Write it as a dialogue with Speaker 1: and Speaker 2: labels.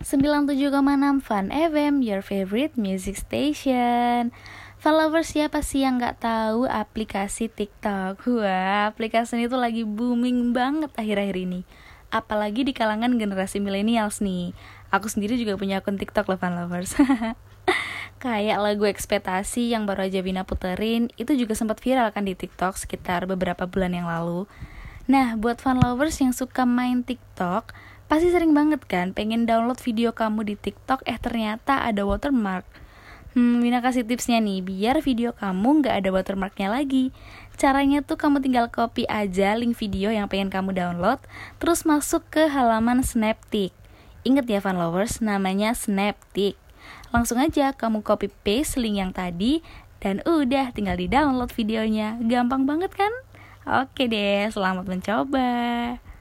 Speaker 1: 97,6 Fun FM, your favorite music station. Followers, siapa sih yang gak tahu aplikasi TikTok? Wah, aplikasi ini tuh lagi booming banget akhir-akhir ini. Apalagi di kalangan generasi millennials nih. Aku sendiri juga punya akun TikTok loh, Fun Lovers. Kayak lagu Ekspektasi yang baru aja Vina puterin, itu juga sempat viral kan di TikTok sekitar beberapa bulan yang lalu. Nah, buat Fun Lovers yang suka main TikTok, pasti sering banget kan pengen download video kamu di TikTok, ternyata ada watermark. Vina kasih tipsnya nih, biar video kamu gak ada watermarknya lagi. Caranya tuh kamu tinggal copy aja link video yang pengen kamu download, terus masuk ke halaman Snaptik. Ingat ya Fun Lovers, namanya Snaptik. Langsung aja kamu copy paste link yang tadi, dan udah tinggal di download videonya. Gampang banget kan? Oke deh, selamat mencoba.